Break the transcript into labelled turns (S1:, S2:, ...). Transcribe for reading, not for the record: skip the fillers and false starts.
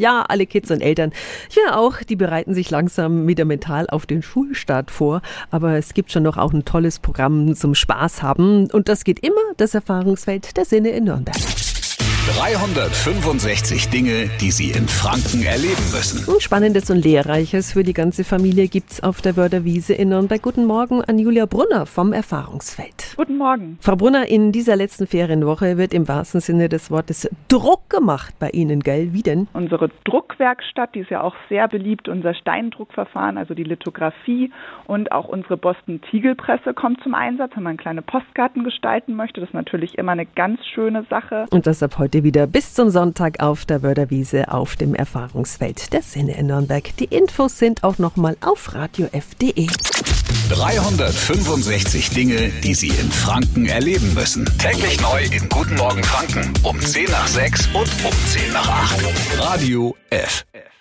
S1: Ja, alle Kids und Eltern, ja auch, die bereiten sich langsam wieder mental auf den Schulstart vor. Aber es gibt schon noch auch ein tolles Programm zum Spaß haben. Und das geht immer, das Erfahrungsfeld der Sinne in Nürnberg.
S2: 365 Dinge, die Sie in Franken erleben müssen.
S1: Spannendes und Lehrreiches für die ganze Familie gibt's auf der Wörderwiese in Nürnberg. Guten Morgen an Julia Brunner vom Erfahrungsfeld.
S3: Guten Morgen.
S1: Frau Brunner, in dieser letzten Ferienwoche wird im wahrsten Sinne des Wortes Druck gemacht bei Ihnen, gell? Wie denn?
S3: Unsere Druckwerkstatt, die ist ja auch sehr beliebt, unser Steindruckverfahren, also die Lithografie und auch unsere Boston-Tiegelpresse kommt zum Einsatz, wenn man kleine Postkarten gestalten möchte. Das ist natürlich immer eine ganz schöne Sache.
S1: Und das ab heute wieder bis zum Sonntag auf der Wörderwiese auf dem Erfahrungsfeld der Sinne in Nürnberg. Die Infos sind auch nochmal auf radiof.de.
S2: 365 Dinge, die Sie in Franken erleben müssen. Täglich neu in Guten Morgen Franken um 10 nach 6 und um 10 nach 8. Radio F.